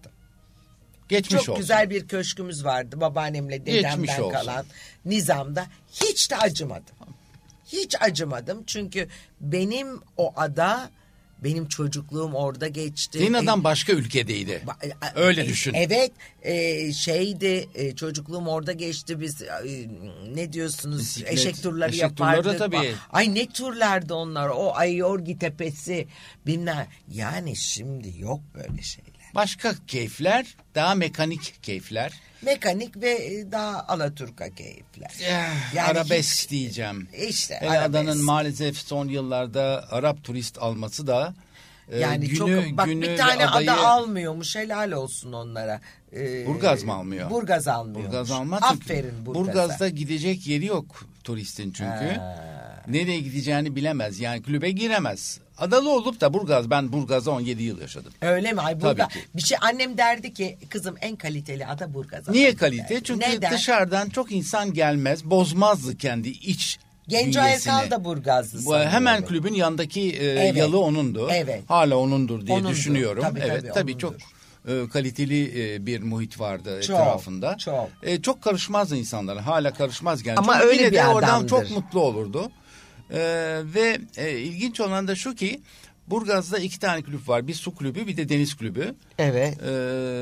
Geçmiş Çok olsun. güzel bir köşkümüz vardı babaannemle Geçmiş dedemden olsun. kalan Nizam'da. Hiç de acımadım. Hiç acımadım çünkü benim o ada, benim çocukluğum orada geçti. Senin E, adam başka ülkedeydi. Öyle e, düşün. Evet, e, şeydi, e, çocukluğum orada geçti. Biz e, ne diyorsunuz? Bisiklet, eşek turları eşek yapardık. turları tabii. Ay ne turlardı onlar? O Ayorgi Tepesi, bilmem. Yani şimdi yok böyle şeyler. Başka keyifler, daha mekanik keyifler. Mekanik ve e, daha alaturka keyifler. Eh, Yani arabesk hiç- diyeceğim. İşte Hele arabesk. adanın maalesef son yıllarda Arap turist alması da e, Yani günü, çok bak günü bir ve tane adayı, ada almıyormuş, helal olsun onlara. Ee, Burgaz mı almıyor? Burgaz almıyormuş. Burgaz almaz. çünkü Aferin Burgaz'a. Burgaz'da gidecek yeri yok turistin çünkü. Ha. Nereye gideceğini bilemez. Yani kulübe giremez. Adalı olup da Burgaz, ben Burgaz'da on yedi yıl yaşadım. Öyle mi? Ay burada Tabii ki. bir şey, annem derdi ki kızım en kaliteli ada Burgaz. Niye ada kalite? derdi. Çünkü Neden? dışarıdan çok insan gelmez, bozmazdı kendi iç Genco bünyesini. Erkal da Burgazlı Bu sanıyorum. hemen kulübün yandaki e, Evet. yalı onundu. Evet. Hala onundur diye Onundur. düşünüyorum. Tabii, evet, tabii, tabii onundur. çok e, kaliteli e, bir muhit vardı Çok, etrafında. çok. E, çok karışmazdı insanlar. Hala karışmaz genç. Ama Ama öyle yine bir de oradan adamdır. çok mutlu olurdu. E, ve e, ilginç olan da şu ki Burgaz'da iki tane kulüp var. Bir su kulübü, bir de deniz kulübü. Evet. Ee,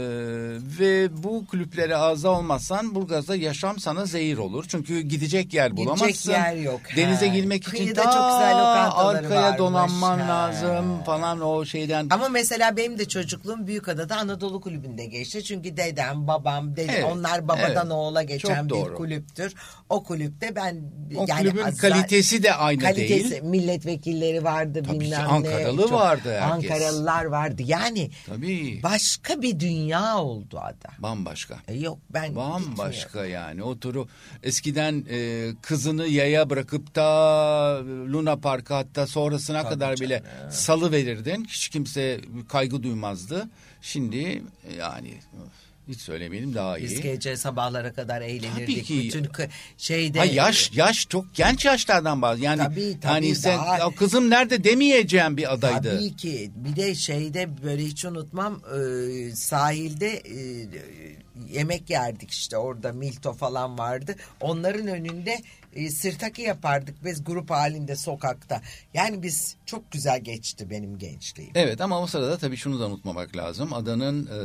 ve bu kulüplere ağza olmazsan Burgaz'da yaşam sana zehir olur. Çünkü gidecek yer bulamazsın. Gidecek yer yok. Denize Ha. girmek için Kıyıda ta çok güzel lokantaları arkaya varmış. donanman Ha. lazım falan o şeyden. Ama mesela benim de çocukluğum Büyükada'da Anadolu Kulübü'nde geçti. Çünkü dedem, babam, dede, Evet, onlar babadan evet. oğula geçen Çok bir doğru. kulüptür. O kulüpte ben O yani kulübün az- kalitesi de aynı kalitesi, değil. milletvekilleri vardı, Tabii ki, bilmem ne. Ankaralı Çok- vardı herkes. Ankaralılar vardı. Yani Tabii. başka bir dünya oldu ada. Bambaşka. E yok ben Bambaşka gitmiyorum. yani o turu eskiden e, kızını yaya bırakıp da Luna Park'a hatta sonrasına Tabii kadar canım. bile salı verirdin. Hiç kimse kaygı duymazdı. Şimdi e, yani hiç söylemeyelim daha iyi. Biz gece sabahlara kadar Tabii eğlenirdik. ki. Bütün kı- şeyde. Ha, yaş yaş çok genç yaşlardan bazı. Yani Tabii, tabii, hani sen daha- ya kızım nerede demeyeceğim bir adaydı. Tabii ki. Bir de şeyde böyle hiç unutmam, e, sahilde e, yemek yerdik işte, orada Milto falan vardı. Onların önünde e, sirtaki yapardık biz grup halinde sokakta. Yani biz çok güzel geçti benim gençliğim. Evet, ama o sırada tabii şunu da unutmamak lazım. Adanın e,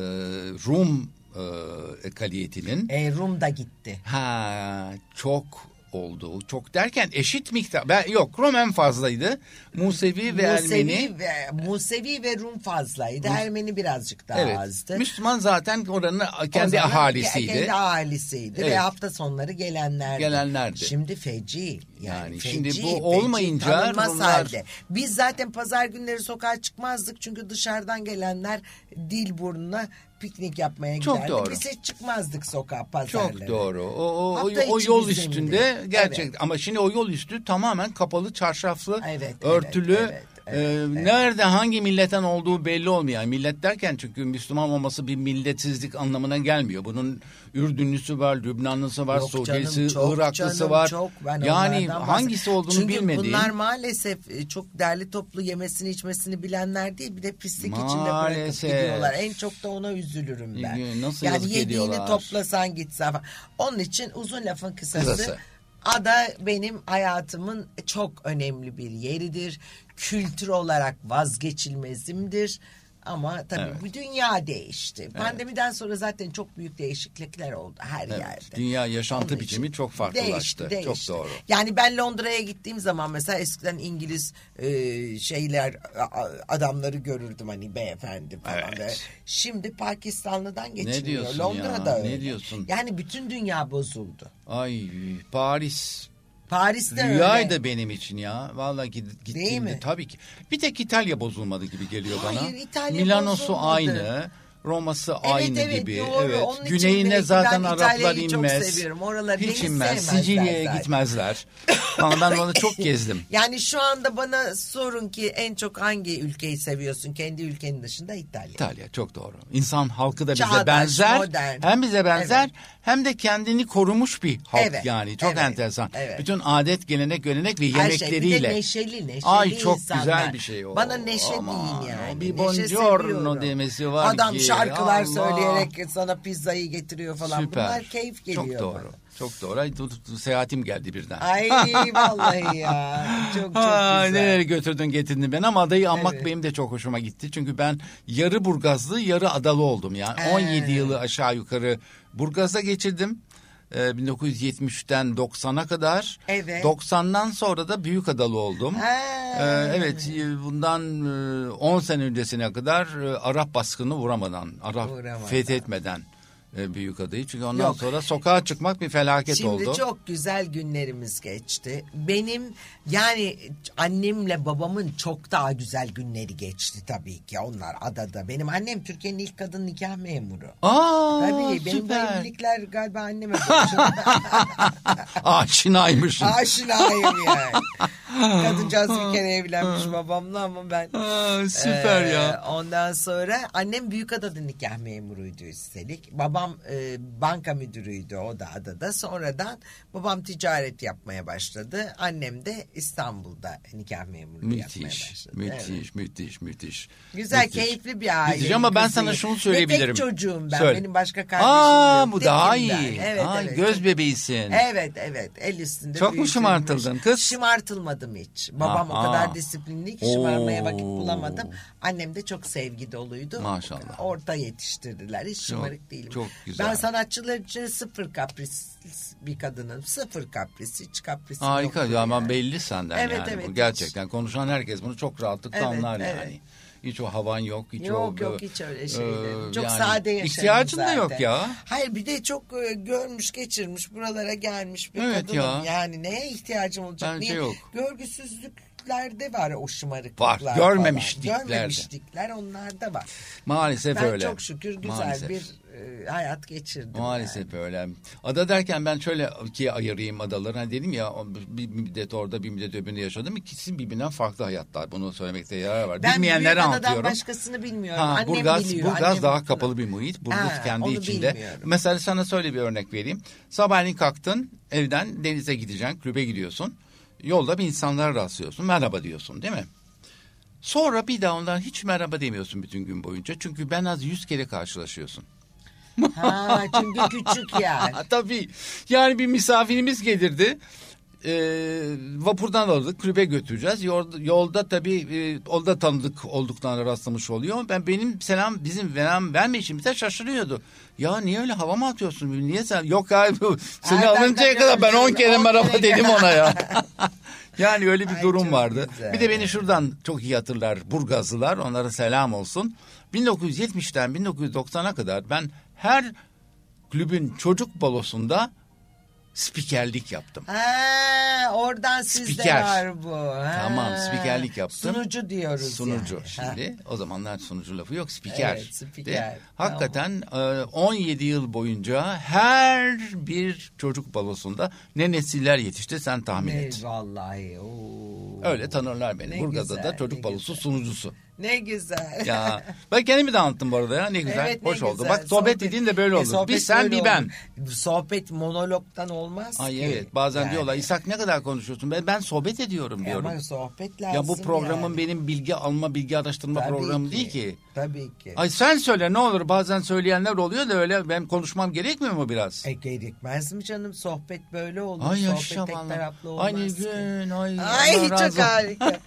Rum e, ekaliyetinin... E, Rum da gitti. Ha, çok oldu. Çok derken eşit miktar. Ben, yok, Rum en fazlaydı. Musevi ve Musevi Ermeni. Ve, Musevi ve Rum fazlaydı. Mus Ermeni birazcık daha evet. azdı. Müslüman zaten oranın kendi ahalisiydi. Kendi ahalisiydi evet. Ve hafta sonları gelenlerdi. Gelenlerdi. Şimdi feci. Yani, yani feci, şimdi bu feci, olmayınca Rumlar... halde. Biz zaten pazar günleri sokağa çıkmazdık. Çünkü dışarıdan gelenler dil burnuna piknik yapmaya çok giderdi. Doğru. Biz hiç çıkmazdık sokağa, pazarlara. Çok doğru. O, o, o, o yol üstünde gerçek evet. Ama şimdi o yol üstü tamamen kapalı, çarşaflı, evet, örtülü. Evet, evet. Evet, ee, evet. Nerede hangi milletten olduğu belli olmuyor. Yani millet derken çünkü Müslüman olması bir milletsizlik anlamına gelmiyor. Bunun Ürdünlüsü var, Lübnanlısı var, Suriyelisi, Iraklısı canım, var. Çok. Yani hangisi olduğunu çünkü bilmediğim. Çünkü bunlar maalesef çok derli toplu yemesini içmesini bilenler değil. Bir de pislik maalesef. içinde bırakıp gidiyorlar. En çok da ona üzülürüm ben. Nasıl yani yazık yediğini ediyorlar. toplasan gitsen falan. Onun için uzun lafın kısası. Kısası. Ada benim hayatımın çok önemli bir yeridir. Kültür olarak vazgeçilmezimdir. Ama tabii evet. bu dünya değişti. Evet. Pandemiden sonra zaten çok büyük değişiklikler oldu her evet. yerde. Dünya yaşantı Onun biçimi çok farklılaştı. Değişti, değişti. Çok doğru. Yani ben Londra'ya gittiğim zaman mesela eskiden İngiliz e, şeyler adamları görürdüm, hani beyefendi falan. Evet. Böyle. Şimdi Pakistanlı'dan geçiliyor. Ne diyorsun Londra'da ya? öyle. Ne diyorsun? Yani bütün dünya bozuldu. Ay Paris... Paris'te Rüyaydı öyle. benim için ya. Vallahi gittiğimde Değil mi? Tabii ki. Bir tek İtalya bozulmadı gibi geliyor Hayır, bana. İtalya Milanosu bozulmadı. aynı. Roma'sı evet, aynı evet, gibi. Doğru. Evet. Onun Güneyine zaten Araplar inmez. çok seviyorum. Oraları hiç inmez. Sicilya'ya gitmezler. Ama ben onu çok gezdim. Yani şu anda bana sorun ki en çok hangi ülkeyi seviyorsun? Kendi ülkenin dışında İtalya. İtalya çok doğru. İnsan halkı da bize Çağdaş, benzer. Modern. Hem bize benzer evet. hem de kendini korumuş bir halk evet. yani. Çok evet. enteresan. Evet. Bütün adet, gelenek, görenek ve yemekleriyle. Her şey. Bir de neşeli, neşeli Ay çok insanlar. güzel bir şey o. Bana neşe Aman, deyin yani. Bir buongiorno demesi var Adam ki. şarkılar Allah. söyleyerek sana pizzayı getiriyor falan. Süper. Bunlar keyif geliyor Çok doğru. bana. Çok doğru. Ay, dur, dur, seyahatim geldi birden. Ay vallahi ya. Çok çok ha, güzel. Nereye götürdün getirdin ben, ama adayı anmak evet. benim de çok hoşuma gitti. Çünkü ben yarı Burgazlı yarı adalı oldum. Yani ee. on yedi yılı aşağı yukarı Burgaz'da geçirdim. Ee, bin dokuz yüz yetmiş üçten doksana kadar. Evet. doksandan sonra da Büyükadalı oldum. Ee, evet, bundan on sene öncesine kadar Arap baskını vuramadan, Arap Vuramadan. fethetmeden Büyükada'yı. Çünkü ondan Yok. sonra sokağa çıkmak bir felaket Şimdi oldu. Şimdi çok güzel günlerimiz geçti. Benim yani annemle babamın çok daha güzel günleri geçti tabii ki. Onlar adada. Benim annem Türkiye'nin ilk kadın nikah memuru. Aa, tabii benim süper. bu evlilikler galiba anneme borçlu. Aşinaymışsın. Aşinayım yani. Kadıncağız bir kere evlenmiş babamla ama ben. Aa, süper e, ya. Ondan sonra annem Büyükada'da nikah memuruydu üstelik. Babam e, banka müdürüydü o da adada. Sonradan babam ticaret yapmaya başladı. Annem de İstanbul'da nikah memurluğu müthiş, yapmaya başladı. Müthiş, evet. müthiş, müthiş. Güzel, müthiş. keyifli bir aile. Müthiş ama ben sana şunu söyleyebilirim. Ve tek çocuğum ben. Söyle. Benim başka kardeşim Aa, yok. bu Tekim daha ben. iyi. Evet, Aa, evet. göz bebeğisin. Evet, evet. El üstünde. Çok mu şımartıldın kız? Şımartılmadım hiç. Babam Aha. o kadar disiplinli ki şımarmaya vakit bulamadım. Annem de çok sevgi doluydu. Maşallah. Orta yetiştirdiler. Hiç çok, şımarık değilim. Çok güzel. Ben sanatçılar için sıfır kapris bir kadınım. Sıfır kapris. Hiç kapris yok. Harika. Ya yani. Ama belli senden evet, yani. Evet, Bu gerçekten hiç. Konuşan herkes bunu çok rahatlıkla evet, anlar evet. yani. Hiç o havan yok. Hiç yok o, yok hiç öyle şeyler. E, çok yani sade yaşarım ihtiyacın zaten. da yok ya. Hayır, bir de çok e, görmüş geçirmiş buralara gelmiş bir evet kadınım. Ya. Yani neye ihtiyacım olacak? Bence Niye? yok. Görgüsüzlüklerde var o şımarıklıklar. Var. Görmemişliklerde. Görmemişlikler onlarda var. Maalesef ben öyle. Ben çok şükür güzel Maalesef. bir e, hayat geçirdim. Maalesef yani. öyle. Ada derken ben şöyle ikiye ayırayım adaları. Hani dedim ya bir müddet orada bir müddet öbüründe yaşadım. İkisi birbirinden farklı hayatlar. Bunu söylemekte yarar var. Ben Bilmeyenlere anlatıyorum. Ben başkasını bilmiyorum. Ha, Annem Burgaz, biliyor. Burgaz Annem daha biliyor. kapalı bir muhit. Burgaz ha, kendi içinde. Bilmiyorum. Mesela sana şöyle bir örnek vereyim. Sabahleyin kalktın, evden denize gideceksin, kulübe gidiyorsun. Yolda bir insanlara rastlıyorsun. Merhaba diyorsun, değil mi? Sonra bir daha ondan hiç merhaba demiyorsun bütün gün boyunca. Çünkü ben az yüz kere karşılaşıyorsun. Ha, çünkü küçük yer. Tabii. Yani bir misafirimiz gelirdi. Ee, vapurdan alırdık, kulübe götüreceğiz. Yolda, yolda tabii e, orada tanıdık olduklarına rastlamış oluyor. Ben benim selam bizim selam vermeyişimize şaşırıyordu. Ya niye öyle hava mı atıyorsun? Niye sen? Yok abi seni Nereden alıncaya kadar ben on kere merhaba dedim ona ya. Yani öyle bir Ay, durum çok vardı. güzel. Bir de beni şuradan çok iyi hatırlar Burgazlılar. Onlara selam olsun. bin dokuz yüz yetmişten bin dokuz yüz doksana kadar ben her kulübün çocuk balosunda spikerlik yaptım. Ha, oradan sizde Spiker. var bu. Ha. Tamam, spikerlik yaptım. Sunucu diyoruz Sunucu yani. şimdi. Ha. O zamanlar sunucu lafı yok, spiker. Evet, spiker. De, hakikaten e, on yedi yıl boyunca her bir çocuk balosunda ne nesiller yetişti sen tahmin Ne et. vallahi. Oo. Öyle tanırlar beni. Ne Burgaz'da güzel, da çocuk ne balosu güzel. sunucusu. Ne güzel. Ya ben kendimi de anlattım bu arada ya. Ne güzel. Evet, ne hoş oldu. güzel. Bak sohbet dediğin de böyle E, olur. sohbet Bir sen böyle bir ben. olur. Sohbet monologdan olmaz Ay ki. evet. Bazen Yani. diyorlar İshak ne kadar konuşuyorsun? Ben ben sohbet ediyorum E, diyorum. Ama sohbet lazım Ya bu programın yani. benim bilgi alma, bilgi araştırma Tabii programı ki, değil ki. Tabii ki. Ay sen söyle ne olur, bazen söyleyenler oluyor da öyle ben konuşmam gerekmiyor mu biraz? E gerekmez mi canım? Sohbet böyle olur. Ay Sohbet yaşa tek vallahi. taraflı olmaz Ay ne ki. gün ay. Ay Allah razı çok olsun. harika.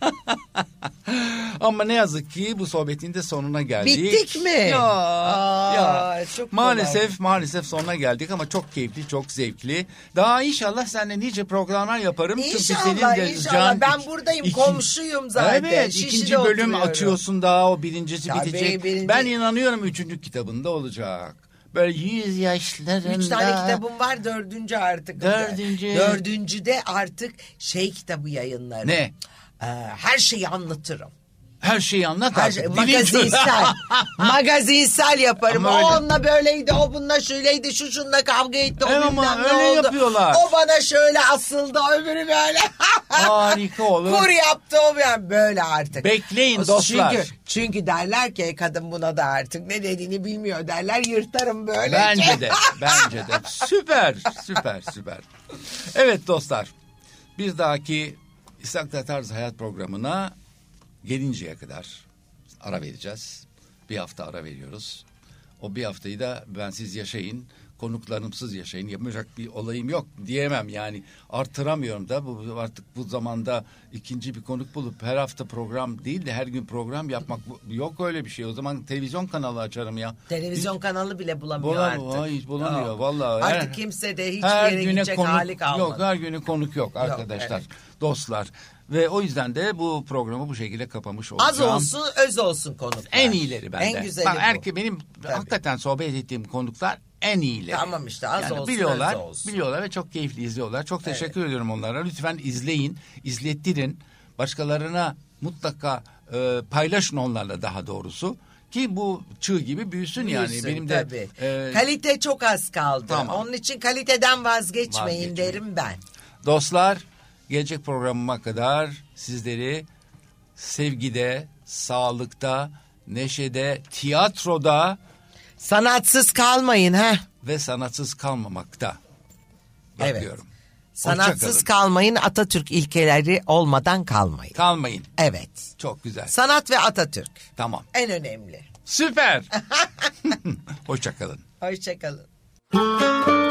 Ama ne yazık ki bu sohbetin de sonuna geldik. Bittik mi? Ya, Aa, ya. çok maalesef kolay. maalesef sonuna geldik ama çok keyifli, çok zevkli. Daha inşallah seninle nice programlar yaparım. Çünkü İnşallah, senin de inşallah. can- Ben buradayım, iki- komşuyum zaten. Evet, Şişli'de ikinci bölüm oturuyorum. açıyorsun daha, o birincisi Tabii, bitecek. birinci- Ben inanıyorum üçüncü kitabında olacak. Böyle yüz yaşlarında. Üç tane kitabım var, dördüncü artık. Dördüncü. Dördüncüde artık şey kitabı yayınlarım. Ne? Ee, her şeyi anlatırım. Her şeyi anlat Her artık. şey, Dilin magazinsel. Magazinsel yaparım. Ama O öyle- onunla böyleydi, o bununla şöyleydi, şu şununla kavga etti, o Evet, bilmem ama ne öyle oldu. yapıyorlar. O bana şöyle asıldı, öbürü böyle. Harika olur. Kur yaptı o yani, böyle artık. Bekleyin dostlar. Çünkü, çünkü derler ki kadın buna da artık ne dediğini bilmiyor derler, yırtarım böyle. Bence de, bence de. Süper, süper, süper. Evet dostlar, bir dahaki İshak Tarz Hayat programına gelinceye kadar ara vereceğiz. Bir hafta ara veriyoruz. O bir haftayı da ben siz yaşayın, konuklarımsız yaşayın. Yapacak bir olayım yok diyemem yani. Artıramıyorum da bu artık bu zamanda ikinci bir konuk bulup her hafta program değil de her gün program yapmak yok öyle bir şey. O zaman televizyon kanalı açarım ya. Televizyon Hiç, kanalı bile bulamıyor bulamıyor, artık. hayır bulamıyor Yok. vallahi. Artık Her- kimse de hiçbir her yere güne gidecek konuk hali kalmadı. yok, her güne konuk yok arkadaşlar, evet. dostlar. Ve o yüzden de bu programı bu şekilde kapamış olacağım. Az olsun, öz olsun konuklar. En iyileri bende. En güzeli Bak, bu. erke benim Tabii. hakikaten sohbet ettiğim konuklar en iyileri. Tamam işte, az olsun, biliyorlar, öz olsun. biliyorlar ve çok keyifli izliyorlar. Çok teşekkür ediyorum onlara. Lütfen izleyin, izlettirin. Başkalarına mutlaka e, paylaşın onlarla daha doğrusu. Ki bu çığ gibi büyüsün, yani. Büyüsün, Benim de tabii. e, Kalite çok az kaldı. Tamam. Onun için kaliteden vazgeçmeyin Vazgeçmeyin. derim ben. dostlar, gelecek programıma kadar sizleri sevgide, sağlıkta, neşede, tiyatroda Sanatsız kalmayın ha. ve sanatsız kalmamakta Evet. bakıyorum. Sanatsız Hoşça kalın. kalmayın, Atatürk ilkeleri olmadan kalmayın. Kalmayın. Evet. Çok güzel. Sanat ve Atatürk. Tamam. En önemli. Süper. Hoşça kalın. Hoşçakalın.